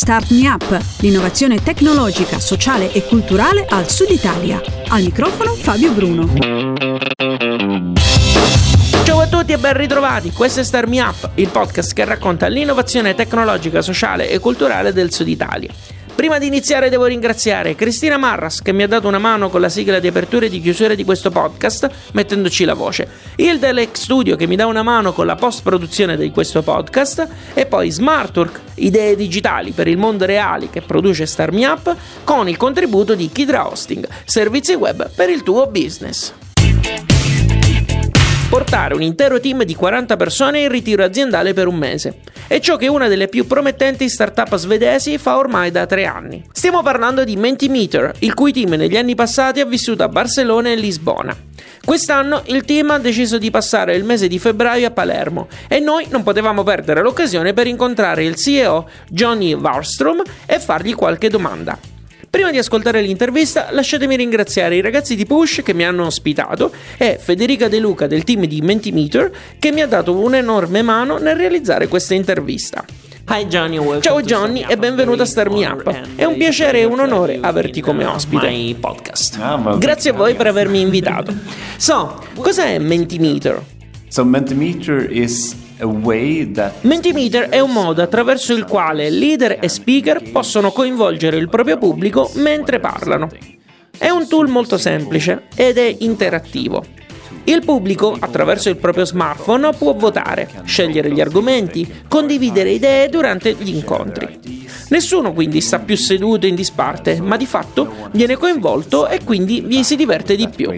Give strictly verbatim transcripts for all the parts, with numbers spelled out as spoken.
Start Me Up, l'innovazione tecnologica, sociale e culturale al Sud Italia. Al microfono Fabio Bruno. Ciao a tutti e ben ritrovati, questo è Start Me Up, il podcast che racconta l'innovazione tecnologica, sociale e culturale del Sud Italia. Prima di iniziare devo ringraziare Cristina Marras che mi ha dato una mano con la sigla di apertura e di chiusura di questo podcast mettendoci la voce, il Delex Studio che mi dà una mano con la post-produzione di questo podcast e poi Smartwork, idee digitali per il mondo reale che produce Start Me Up con il contributo di Kidra Hosting, servizi web per il tuo business. Portare un intero team di quaranta persone in ritiro aziendale per un mese. È ciò che una delle più promettenti startup svedesi fa ormai da tre anni. Stiamo parlando di Mentimeter, il cui team negli anni passati ha vissuto a Barcellona e Lisbona. Quest'anno il team ha deciso di passare il mese di febbraio a Palermo e noi non potevamo perdere l'occasione per incontrare il C E O Johnny Warstrom e fargli qualche domanda. Prima di ascoltare l'intervista, lasciatemi ringraziare i ragazzi di Push che mi hanno ospitato e Federica De Luca del team di Mentimeter che mi ha dato un'enorme mano nel realizzare questa intervista. Hi Johnny, Ciao Johnny e benvenuto a Start Me Up. È un piacere e un onore averti come ospite. Podcast. Grazie a voi per avermi invitato. So, cos'è Mentimeter? So Mentimeter is a way that Mentimeter è un modo attraverso il quale leader e speaker possono coinvolgere il proprio pubblico mentre parlano. È un tool molto semplice ed è interattivo. Il pubblico, attraverso il proprio smartphone, può votare, scegliere gli argomenti, condividere idee durante gli incontri. Nessuno quindi sta più seduto in disparte, ma di fatto viene coinvolto e quindi vi si diverte di più.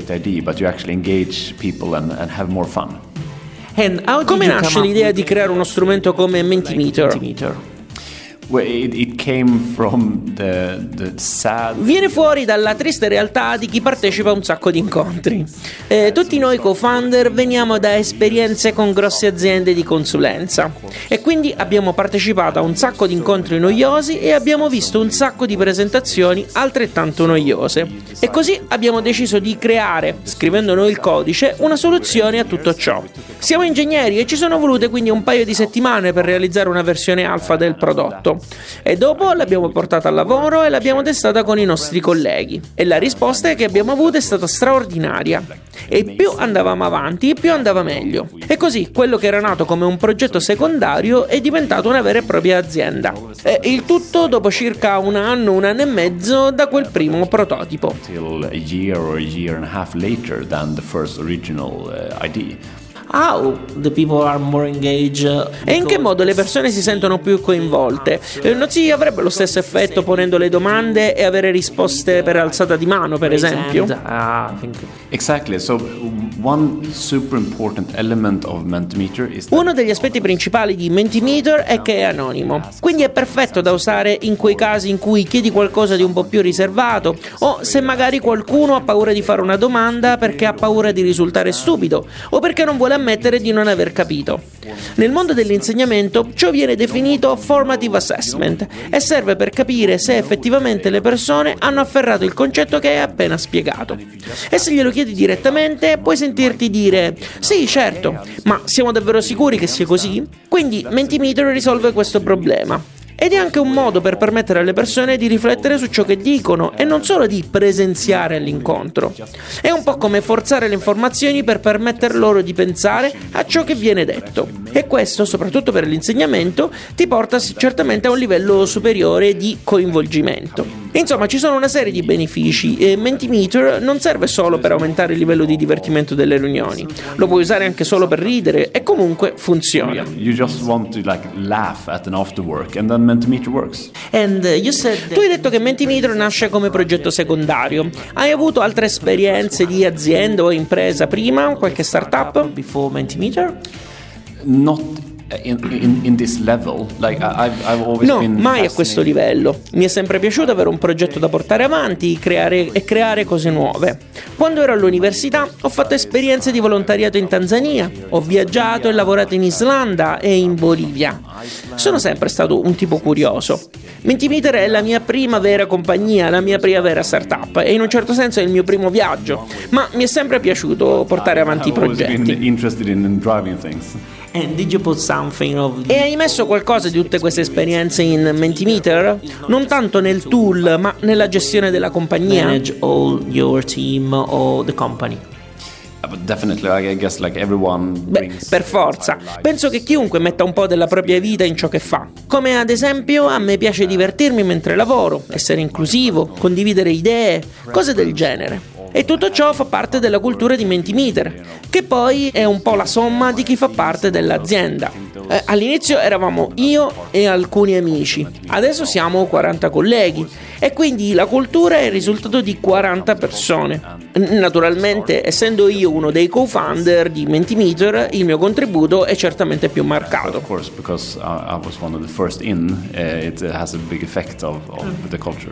Come nasce l'idea di creare uno strumento come Mentimeter? Well, it, it came from the, the sad... Viene fuori dalla triste realtà di chi partecipa a un sacco di incontri. Eh, tutti noi co-founder veniamo da esperienze con grosse aziende di consulenza e quindi abbiamo partecipato a un sacco di incontri noiosi e abbiamo visto un sacco di presentazioni altrettanto noiose. E così abbiamo deciso di creare, scrivendo noi il codice, una soluzione a tutto ciò. Siamo ingegneri e ci sono volute quindi un paio di settimane per realizzare una versione alfa del prodotto. E dopo l'abbiamo portata al lavoro e l'abbiamo testata con i nostri colleghi e la risposta che abbiamo avuto è stata straordinaria e più andavamo avanti più andava meglio e così quello che era nato come un progetto secondario è diventato una vera e propria azienda e il tutto dopo circa un anno, un anno e mezzo da quel primo prototipo. Till a year or a year and a half later than the first original uh, idea. How the people are more engaged? E in che modo le persone si sentono più coinvolte? Eh, non si avrebbe lo stesso effetto ponendo le domande e avere risposte per alzata di mano, per esempio? Exactly. So one super important element of Mentimeter is that uno degli aspetti principali di Mentimeter è che è anonimo, quindi è perfetto da usare in quei casi in cui chiedi qualcosa di un po' più riservato o se magari qualcuno ha paura di fare una domanda perché ha paura di risultare stupido o perché non vuole ammettere di non aver capito. Nel mondo dell'insegnamento ciò viene definito formative assessment e serve per capire se effettivamente le persone hanno afferrato il concetto che hai appena spiegato. E se glielo chiedi direttamente puoi sentirti dire sì, certo, ma siamo davvero sicuri che sia così? Quindi Mentimeter risolve questo problema. Ed è anche un modo per permettere alle persone di riflettere su ciò che dicono e non solo di presenziare all'incontro. È un po' come forzare le informazioni per permettere loro di pensare a ciò che viene detto. E questo, soprattutto per l'insegnamento, ti porta certamente a un livello superiore di coinvolgimento. Insomma, ci sono una serie di benefici e Mentimeter non serve solo per aumentare il livello di divertimento delle riunioni. Lo puoi usare anche solo per ridere e comunque funziona. you just want to like laugh at an after work and then Mentimeter works. And you said tu hai detto che Mentimeter nasce come progetto secondario. Hai avuto altre esperienze di azienda o impresa prima, qualche startup before Mentimeter? Not In, in, in this level, like I've, I've always no, been mai a questo livello. Mi è sempre piaciuto avere un progetto da portare avanti, creare e creare cose nuove. Quando ero all'università ho fatto esperienze di volontariato in Tanzania, ho viaggiato e lavorato in Islanda e in Bolivia. Sono sempre stato un tipo curioso. Mentimeter è la mia prima vera compagnia, la mia prima vera startup e in un certo senso è il mio primo viaggio, ma mi è sempre piaciuto portare avanti i progetti. And did you put something of E hai messo qualcosa di tutte queste esperienze in Mentimeter? Non tanto nel tool, ma nella gestione della compagnia? manage all your team or the company? Uh, But definitely, I guess like everyone Beh, brings per forza. Penso che chiunque metta un po' della propria vita in ciò che fa. Come ad esempio, a me piace divertirmi mentre lavoro, essere inclusivo, condividere idee, cose del genere. E tutto ciò fa parte della cultura di Mentimeter, che poi è un po' la somma di chi fa parte dell'azienda. Eh, all'inizio eravamo io e alcuni amici, adesso siamo quaranta colleghi e quindi la cultura è il risultato di quaranta persone. Naturalmente, essendo io uno dei co-founder di Mentimeter, il mio contributo è certamente più marcato. Of course, because I, I was one of the first in, uh, it has a big effect of, of the culture.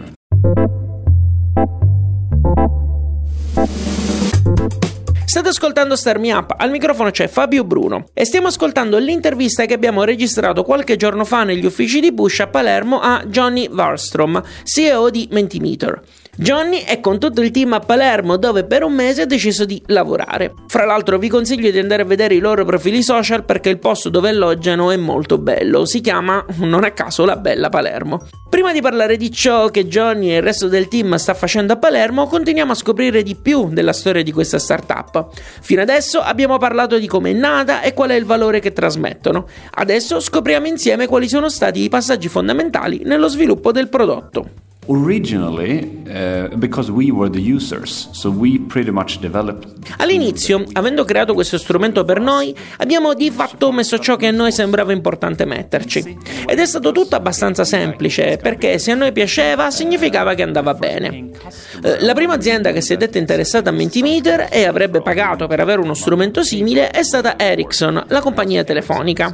State ascoltando Start Me Up, al microfono c'è Fabio Bruno e stiamo ascoltando l'intervista che abbiamo registrato qualche giorno fa negli uffici di Bush a Palermo a Johnny Warstrom, C E O di Mentimeter. Johnny è con tutto il team a Palermo, dove per un mese ha deciso di lavorare. Fra l'altro vi consiglio di andare a vedere i loro profili social perché il posto dove alloggiano è molto bello, si chiama, non a caso, La Bella Palermo. Prima di parlare di ciò che Johnny e il resto del team sta facendo a Palermo, continuiamo a scoprire di più della storia di questa startup. Fino adesso abbiamo parlato di come è nata e qual è il valore che trasmettono. Adesso scopriamo insieme quali sono stati i passaggi fondamentali nello sviluppo del prodotto. Originally, uh, because we were the users, so we pretty much developed. All'inizio, avendo creato questo strumento per noi, abbiamo di fatto messo ciò che a noi sembrava importante metterci. Ed è stato tutto abbastanza semplice, perché se a noi piaceva, significava che andava bene. Eh, la prima azienda che si è detta interessata a Mentimeter e avrebbe pagato per avere uno strumento simile è stata Ericsson, la compagnia telefonica.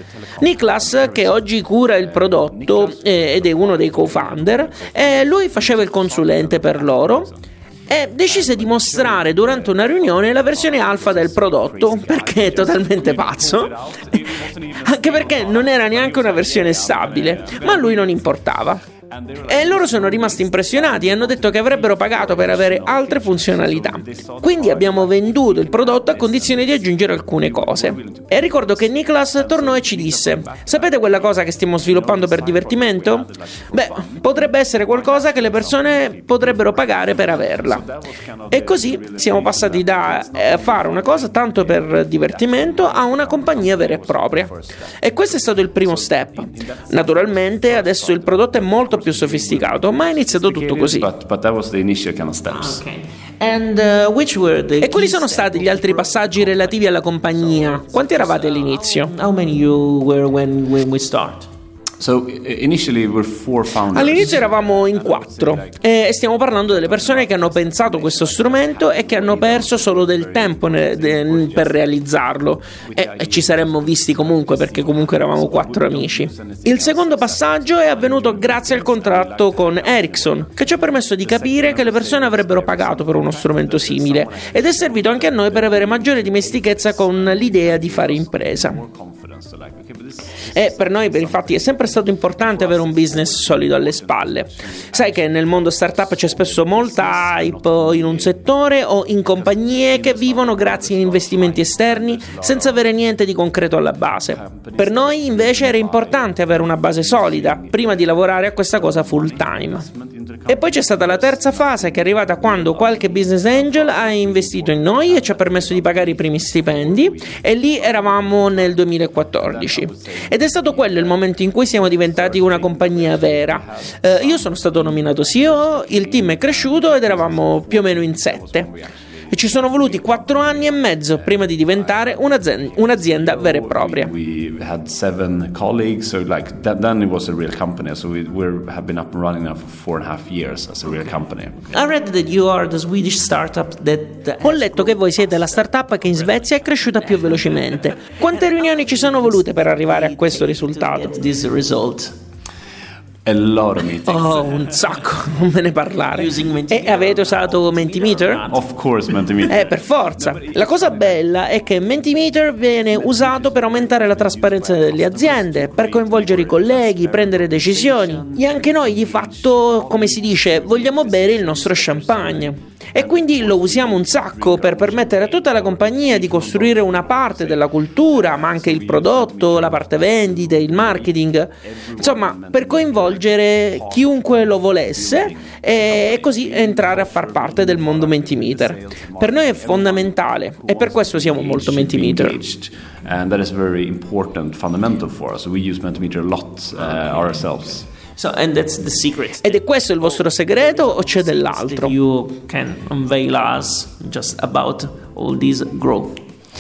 Niklas, che oggi cura il prodotto eh, ed è uno dei co-founder, eh, lui faceva il consulente per loro e decise di mostrare durante una riunione la versione alfa del prodotto, perché è totalmente pazzo, anche perché non era neanche una versione stabile, ma a lui non importava. E loro sono rimasti impressionati e hanno detto che avrebbero pagato per avere altre funzionalità. Quindi abbiamo venduto il prodotto a condizione di aggiungere alcune cose. E ricordo che Niklas tornò e ci disse: sapete quella cosa che stiamo sviluppando per divertimento? Beh, potrebbe essere qualcosa che le persone potrebbero pagare per averla. E così siamo passati da eh, fare una cosa tanto per divertimento a una compagnia vera e propria. E questo è stato il primo step. Naturalmente adesso il prodotto è molto più sofisticato, ma è iniziato tutto così. But, but that was the initial kind of steps. Okay. And uh, which were the E quali key sono stati gli altri passaggi relativi alla compagnia? Quanti eravate all'inizio? How many you were when when we start? So initially we're four founders. All'inizio eravamo in quattro e stiamo parlando delle persone che hanno pensato questo strumento e che hanno perso solo del tempo ne, de, per realizzarlo e, e ci saremmo visti comunque, perché comunque eravamo quattro amici. Il secondo passaggio è avvenuto grazie al contratto con Ericsson, che ci ha permesso di capire che le persone avrebbero pagato per uno strumento simile ed è servito anche a noi per avere maggiore dimestichezza con l'idea di fare impresa. E per noi, per infatti, è sempre stato importante avere un business solido alle spalle. Sai che nel mondo startup c'è spesso molta hype in un settore o in compagnie che vivono grazie a investimenti esterni senza avere niente di concreto alla base. Per noi invece era importante avere una base solida prima di lavorare a questa cosa full time. E poi c'è stata la terza fase, che è arrivata quando qualche business angel ha investito in noi e ci ha permesso di pagare i primi stipendi, e lì eravamo nel duemilaquattordici ed è stato quello il momento in cui siamo diventati una compagnia vera. Eh, io sono stato nominato C E O, il team è cresciuto ed eravamo più o meno in sette. E ci sono voluti quattro anni e mezzo prima di diventare un'azienda, un'azienda vera e propria. We had seven colleagues, so like that, then it was a real company. So we we have been up and running now for four and a half years as a real company. I read that you are the Swedish startup that Ho letto che voi siete la startup che in Svezia è cresciuta più velocemente. Quante riunioni ci sono volute per arrivare a questo risultato? this result. A lot of meetings. Oh, un sacco, non me ne parlare. E avete usato Mentimeter? Of course, Mentimeter. Eh, per forza. La cosa bella è che Mentimeter viene usato per aumentare la trasparenza delle aziende, per coinvolgere i colleghi, prendere decisioni. E anche noi, di fatto, come si dice, vogliamo bere il nostro champagne. e quindi lo usiamo un sacco per permettere a tutta la compagnia di costruire una parte della cultura, ma anche il prodotto, la parte vendite, il marketing, insomma per coinvolgere chiunque lo volesse e così entrare a far parte del mondo Mentimeter. Per noi è fondamentale e per questo siamo molto Mentimeter. And that is very important, fundamental for us. We use Mentimeter a lot uh, ourselves. So, and that's the secret. Ed è questo il vostro segreto o c'è dell'altro? You can unveil us just about all this growth.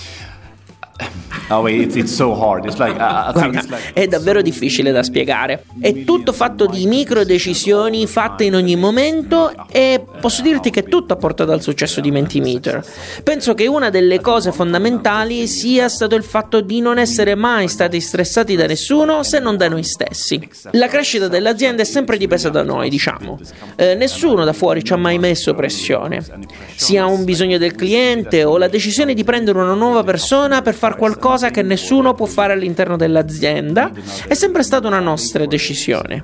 Oh, wait, it's, it's so hard. It's like, uh, I think Guarda, it's like... è davvero difficile da spiegare. È tutto fatto di micro decisioni fatte in ogni momento e posso dirti che tutto ha portato al successo di Mentimeter. Penso che una delle cose fondamentali sia stato il fatto di non essere mai stati stressati da nessuno se non da noi stessi. La crescita dell'azienda è sempre dipesa da noi, diciamo. Eh, nessuno da fuori ci ha mai messo pressione. Sia un bisogno del cliente o la decisione di prendere una nuova persona per far qualcosa che nessuno può fare all'interno dell'azienda, è sempre stata una nostra decisione.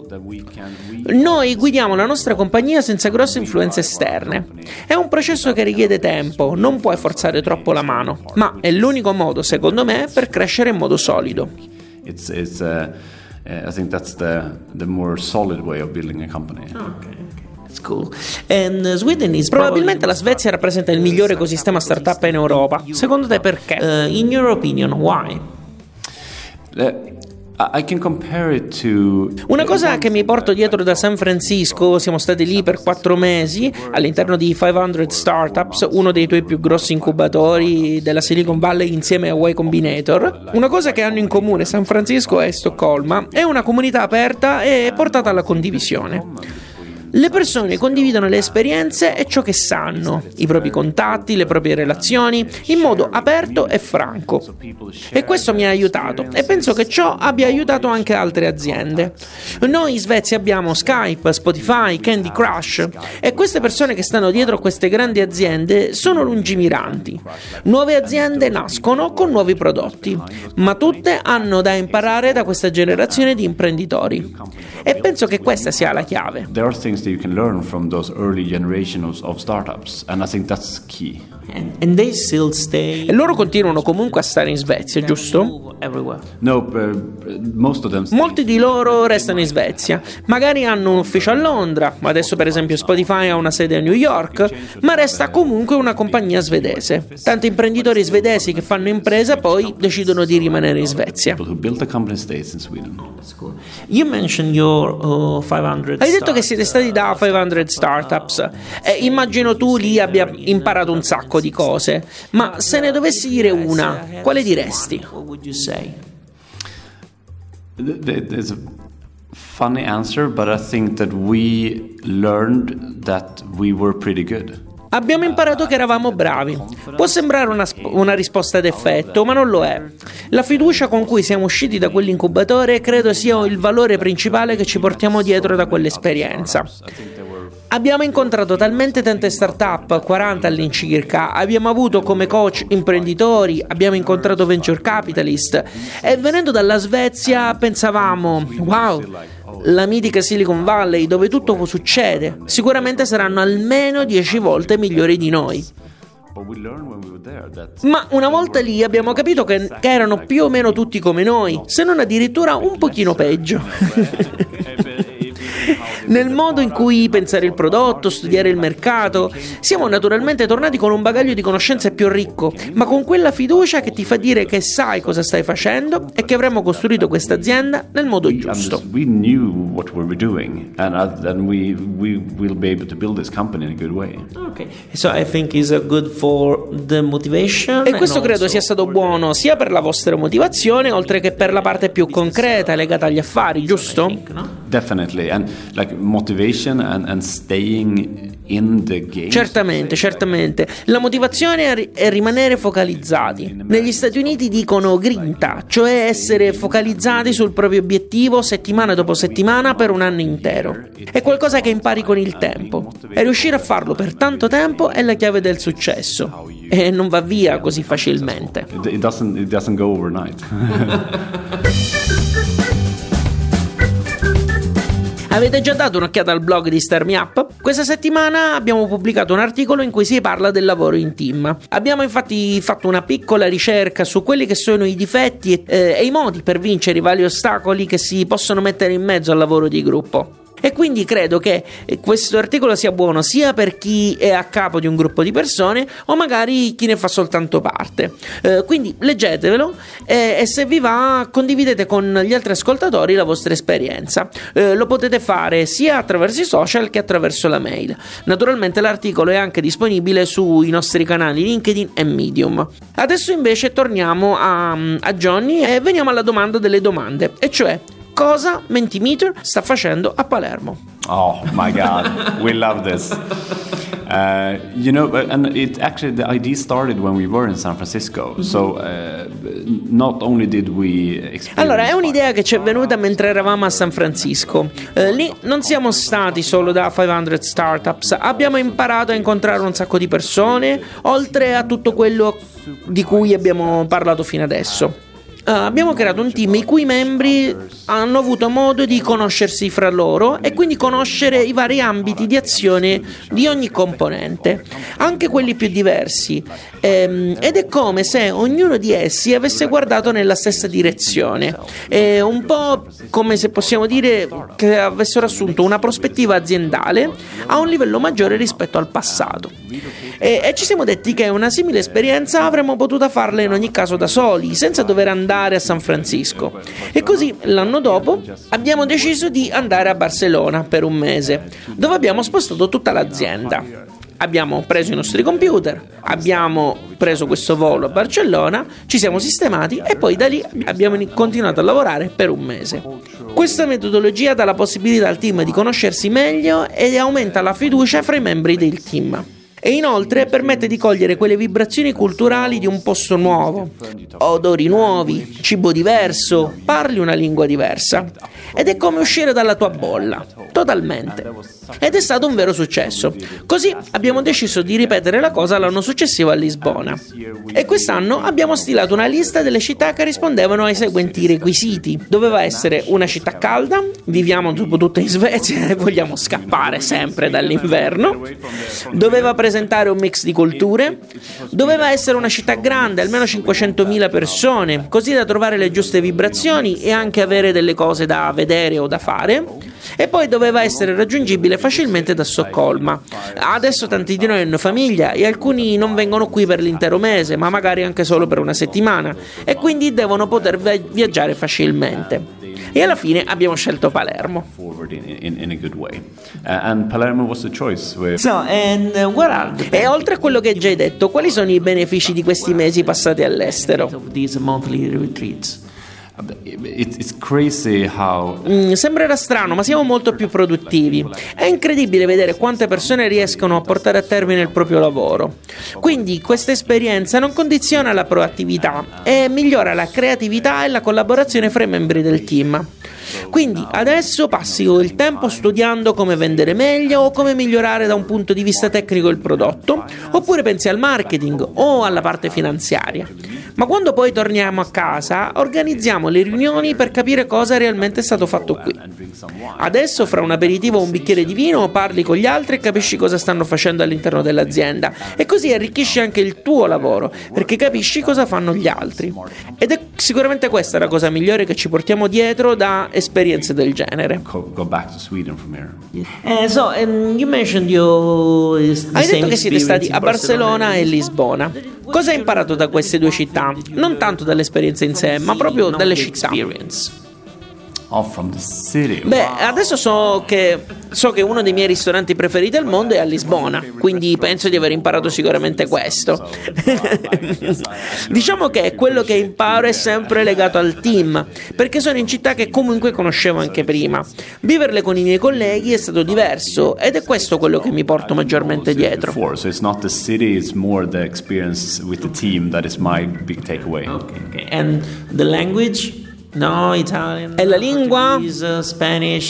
Noi guidiamo la nostra compagnia senza grosse influenze esterne. È un processo che richiede tempo, non puoi forzare troppo la mano, ma è l'unico modo, secondo me, per crescere in modo solido. It's, it's, uh, uh, I think that's the, the more solid way of building a company. Okay. Cool. And Sweden is Probabilmente la Svezia rappresenta il migliore ecosistema startup in Europa. Secondo te perché? Uh, in your opinion, why? Uh, I can compare it to... Una cosa che mi porto dietro da San Francisco, siamo stati lì per quattro mesi all'interno di cinquecento Startups, uno dei tuoi più grossi incubatori della Silicon Valley insieme a Y Combinator. Una cosa che hanno in comune San Francisco e Stoccolma è una comunità aperta e portata alla condivisione. Le persone condividono le esperienze e ciò che sanno, i propri contatti, le proprie relazioni, in modo aperto e franco. E questo mi ha aiutato e penso che ciò abbia aiutato anche altre aziende. Noi in Svezia abbiamo Skype, Spotify, Candy Crush e queste persone che stanno dietro a queste grandi aziende sono lungimiranti. Nuove aziende nascono con nuovi prodotti, ma tutte hanno da imparare da questa generazione di imprenditori. E penso che questa sia la chiave. There are things that you can learn from those early generations of startups, and I think that's key. And, and they still stay. E loro continuano comunque a stare in Svezia, giusto? Everywhere. No, uh, most of them stay. Molti di loro restano in Svezia, magari hanno un ufficio a Londra, adesso per esempio Spotify ha una sede a New York, ma resta comunque una compagnia svedese. Tanti imprenditori svedesi che fanno impresa poi decidono di rimanere in Svezia. People who built a company stays in Sweden. That's cool. You mentioned your uh, cinquecento. Hai detto che siete stati da cinquecento Startups e immagino tu lì abbia imparato un sacco di cose, ma se ne dovessi dire una, quale diresti? What would you say? It's a funny answer, but I think that we learned that we were pretty good. Abbiamo imparato che eravamo bravi. Può sembrare una, una risposta ad effetto, ma non lo è. La fiducia con cui siamo usciti da quell'incubatore credo sia il valore principale che ci portiamo dietro da quell'esperienza. Abbiamo incontrato talmente tante start-up, quaranta all'incirca, abbiamo avuto come coach imprenditori, abbiamo incontrato venture capitalist e venendo dalla Svezia pensavamo, wow, la mitica Silicon Valley dove tutto succede, sicuramente saranno almeno dieci volte migliori di noi. Ma una volta lì abbiamo capito che, che erano più o meno tutti come noi, se non addirittura un pochino peggio. Nel modo in cui pensare il prodotto, studiare il mercato, siamo naturalmente tornati con un bagaglio di conoscenze più ricco, ma con quella fiducia che ti fa dire che sai cosa stai facendo e che avremmo costruito questa azienda nel modo giusto. We knew what we were doing, and then we we will be able to build this company in a good way. Okay, so I think is good for the motivation. E questo credo sia stato buono sia per la vostra motivazione, oltre che per la parte più concreta legata agli affari, giusto? Definitely, and like motivation and, and staying in the game. Certamente, certamente. La motivazione è, ri- è rimanere focalizzati. Negli Stati Uniti dicono grinta, cioè essere focalizzati sul proprio obiettivo settimana dopo settimana per un anno intero. È qualcosa che impari con il tempo. E riuscire a farlo per tanto tempo è la chiave del successo. E non va via così facilmente. It, it doesn't it doesn't go overnight. Avete già dato un'occhiata al blog di Start Me Up? Questa settimana abbiamo pubblicato un articolo in cui si parla del lavoro in team. Abbiamo infatti fatto una piccola ricerca su quelli che sono i difetti e, eh, e i modi per vincere i vari ostacoli che si possono mettere in mezzo al lavoro di gruppo. E quindi credo che questo articolo sia buono sia per chi è a capo di un gruppo di persone o magari chi ne fa soltanto parte. Eh, quindi leggetevelo e, e se vi va condividete con gli altri ascoltatori la vostra esperienza. Eh, lo potete fare sia attraverso i social che attraverso la mail. Naturalmente l'articolo è anche disponibile sui nostri canali LinkedIn e Medium. Adesso invece torniamo a, a Johnny e veniamo alla domanda delle domande, e cioè: cosa Mentimeter sta facendo a Palermo? Oh my God, we love this. Uh, you know, and it actually the idea started when we were in San Francisco. Mm-hmm. So uh, not only did we experience. Allora, è un'idea che ci è venuta mentre eravamo a San Francisco. Eh, lì non siamo stati solo da cinquecento startups, abbiamo imparato a incontrare un sacco di persone, oltre a tutto quello di cui abbiamo parlato fino adesso. Uh, abbiamo creato un team i cui membri hanno avuto modo di conoscersi fra loro e quindi conoscere i vari ambiti di azione di ogni componente, anche quelli più diversi, ehm, ed è come se ognuno di essi avesse guardato nella stessa direzione. È un po' come se possiamo dire che avessero assunto una prospettiva aziendale a un livello maggiore rispetto al passato. E, e ci siamo detti che una simile esperienza avremmo potuto farla in ogni caso da soli, senza dover andare a San Francisco. E così l'anno dopo abbiamo deciso di andare a Barcellona per un mese, dove abbiamo spostato tutta l'azienda. Abbiamo preso i nostri computer, abbiamo preso questo volo a Barcellona, ci siamo sistemati e poi da lì abbiamo continuato a lavorare per un mese. Questa metodologia dà la possibilità al team di conoscersi meglio e aumenta la fiducia fra i membri del team. E inoltre permette di cogliere quelle vibrazioni culturali di un posto nuovo, odori nuovi, cibo diverso, parli una lingua diversa. Ed è come uscire dalla tua bolla, totalmente. Ed è stato un vero successo. Così abbiamo deciso di ripetere la cosa l'anno successivo a Lisbona. E quest'anno abbiamo stilato una lista delle città che rispondevano ai seguenti requisiti. Doveva essere una città calda, viviamo dopo tutto in Svezia e vogliamo scappare sempre dall'inverno. Doveva presentare un mix di culture. Doveva essere una città grande, almeno cinquecentomila persone, così da trovare le giuste vibrazioni e anche avere delle cose da vedere o da fare. E poi doveva essere raggiungibile facilmente da Stoccolma. Adesso tanti di noi hanno famiglia e alcuni non vengono qui per l'intero mese, ma magari anche solo per una settimana, e quindi devono poter viaggiare facilmente. E alla fine abbiamo scelto Palermo. E oltre a quello che hai già detto, quali sono i benefici di questi mesi passati all'estero? It's crazy how... mm, sembrerà strano, ma siamo molto più produttivi. È incredibile vedere quante persone riescono a portare a termine il proprio lavoro. Quindi questa esperienza non condiziona la proattività e migliora la creatività e la collaborazione fra i membri del team. Quindi adesso passi il tempo studiando come vendere meglio o come migliorare da un punto di vista tecnico il prodotto, oppure pensi al marketing o alla parte finanziaria. Ma quando poi torniamo a casa, organizziamo le riunioni per capire cosa realmente è stato fatto qui. Adesso, fra un aperitivo o un bicchiere di vino, parli con gli altri e capisci cosa stanno facendo all'interno dell'azienda, e così arricchisci anche il tuo lavoro, perché capisci cosa fanno gli altri. Ed è sicuramente questa la cosa migliore che ci portiamo dietro da esperienze del genere. Go back to Sweden from here. Uh, so, um, you mentioned you Hai detto che siete stati a Barcellona e Lisbona. Cosa hai imparato da queste due città? Non tanto dall'esperienza in sé, ma proprio dalle città. Oh, from the city. Beh, adesso so che so che uno dei miei ristoranti preferiti al mondo è a Lisbona, quindi penso di aver imparato sicuramente questo. Diciamo che quello che imparo è sempre legato al team, perché sono in città che comunque conoscevo anche prima. Viverle con i miei colleghi è stato diverso ed è questo quello che mi porto maggiormente dietro. So it's not the city, it's more the experience with the team that is my big takeaway. Okay, okay. And the language? No, Italian. E la lingua? Portuguese, Spanish.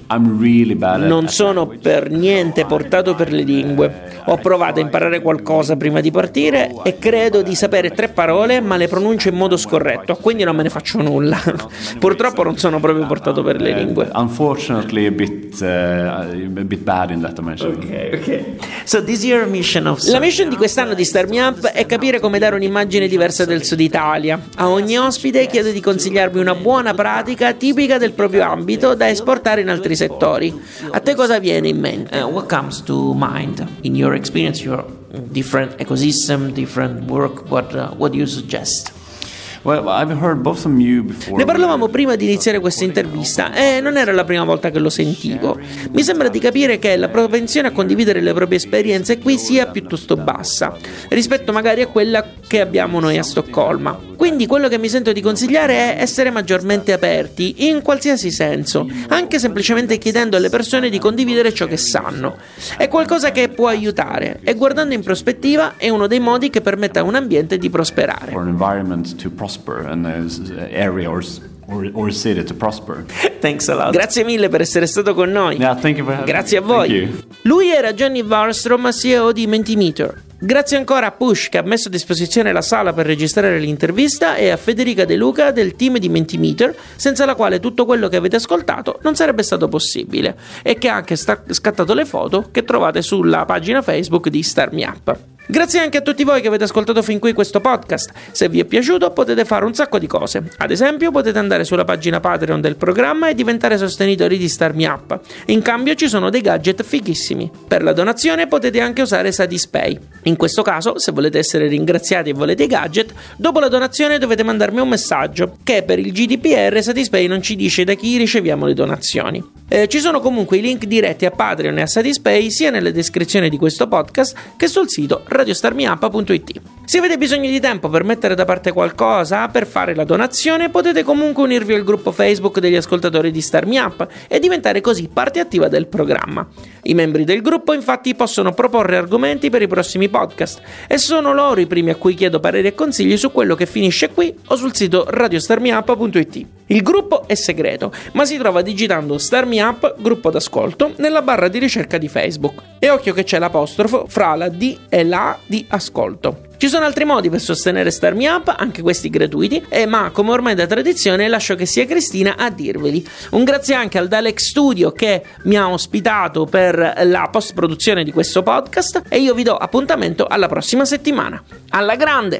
I'm really bad at Non sono per niente portato per le lingue. Ho provato a imparare qualcosa prima di partire e credo di sapere tre parole, ma le pronuncio in modo scorretto, quindi non me ne faccio nulla. Purtroppo non sono proprio portato per le lingue. Unfortunately a bit, uh, a bit bad in that dimension. Okay, okay. So this year mission of La mission di quest'anno di Start Me Up è capire come dare un'immagine diversa del Sud Italia. A ogni ospite chiedo di consigliarmi una buona pratica tipica del proprio ambito da esportare in altri settori. A te cosa viene in mente? Uh, what comes to mind in your experience, your different ecosystem, different work? What uh, what do you suggest? Well, I've heard both from you before. Ne parlavamo prima di iniziare questa intervista e non era la prima volta che lo sentivo. Mi sembra di capire che la propensione a condividere le proprie esperienze qui sia piuttosto bassa, rispetto magari a quella che abbiamo noi a Stoccolma. Quindi quello che mi sento di consigliare è essere maggiormente aperti, in qualsiasi senso, anche semplicemente chiedendo alle persone di condividere ciò che sanno. È qualcosa che può aiutare e guardando in prospettiva è uno dei modi che permette a un ambiente di prosperare. For an environment to prosper and an area or, or, or city to prosper. Thanks a lot. Grazie mille per essere stato con noi. Yeah, thank you for having Grazie a me. voi. Thank you. Lui era Johnny Wallstrom, C E O di Mentimeter. Grazie ancora a Push che ha messo a disposizione la sala per registrare l'intervista e a Federica De Luca del team di Mentimeter, senza la quale tutto quello che avete ascoltato non sarebbe stato possibile e che ha anche sta- scattato le foto che trovate sulla pagina Facebook di Start Me Up. Grazie anche a tutti voi che avete ascoltato fin qui questo podcast. Se vi è piaciuto potete fare un sacco di cose. Ad esempio potete andare sulla pagina Patreon del programma e diventare sostenitori di Start Me Up. In cambio ci sono dei gadget fighissimi. Per la donazione potete anche usare Satispay. In questo caso, se volete essere ringraziati e volete i gadget, dopo la donazione dovete mandarmi un messaggio che per il G D P R Satispay non ci dice da chi riceviamo le donazioni. Eh, ci sono comunque i link diretti a Patreon e a Satispay sia nelle descrizioni di questo podcast che sul sito radio star me up punto it. Se avete bisogno di tempo per mettere da parte qualcosa per fare la donazione, potete comunque unirvi al gruppo Facebook degli ascoltatori di Start Me Up e diventare così parte attiva del programma. I membri del gruppo infatti possono proporre argomenti per i prossimi podcast e sono loro i primi a cui chiedo pareri e consigli su quello che finisce qui o sul sito radio star me up punto it. Il gruppo è segreto, ma si trova digitando Start Me Up gruppo d'ascolto nella barra di ricerca di Facebook. E occhio che c'è l'apostrofo fra la D e la A di ascolto. Ci sono altri modi per sostenere Start Me Up, anche questi gratuiti, eh, ma come ormai da tradizione lascio che sia Cristina a dirveli. Un grazie anche al Dalek Studio che mi ha ospitato per la post-produzione di questo podcast e io vi do appuntamento alla prossima settimana. Alla grande!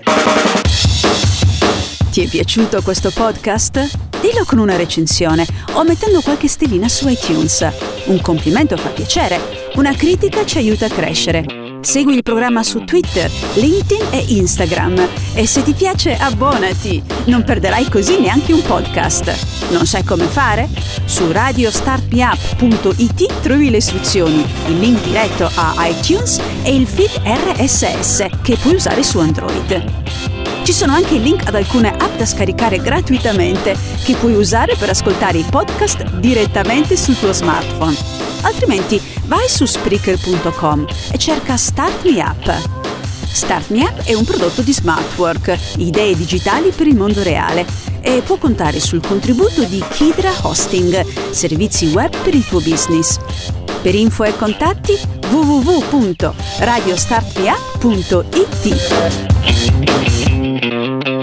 Ti è piaciuto questo podcast? Dillo con una recensione o mettendo qualche stellina su iTunes. Un complimento fa piacere, una critica ci aiuta a crescere. Segui il programma su Twitter, LinkedIn e Instagram e se ti piace abbonati, non perderai così neanche un podcast. Non sai come fare? Su radio start me up punto it trovi le istruzioni, il link diretto a iTunes e il feed R S S che puoi usare su Android. Ci sono anche i link ad alcune app da scaricare gratuitamente che puoi usare per ascoltare i podcast direttamente sul tuo smartphone. Altrimenti vai su spreaker punto com e cerca Start Me Up. Start Me Up è un prodotto di Smartwork, idee digitali per il mondo reale, e può contare sul contributo di Kidra Hosting, servizi web per il tuo business. Per info e contatti w w w punto radio start me up punto it.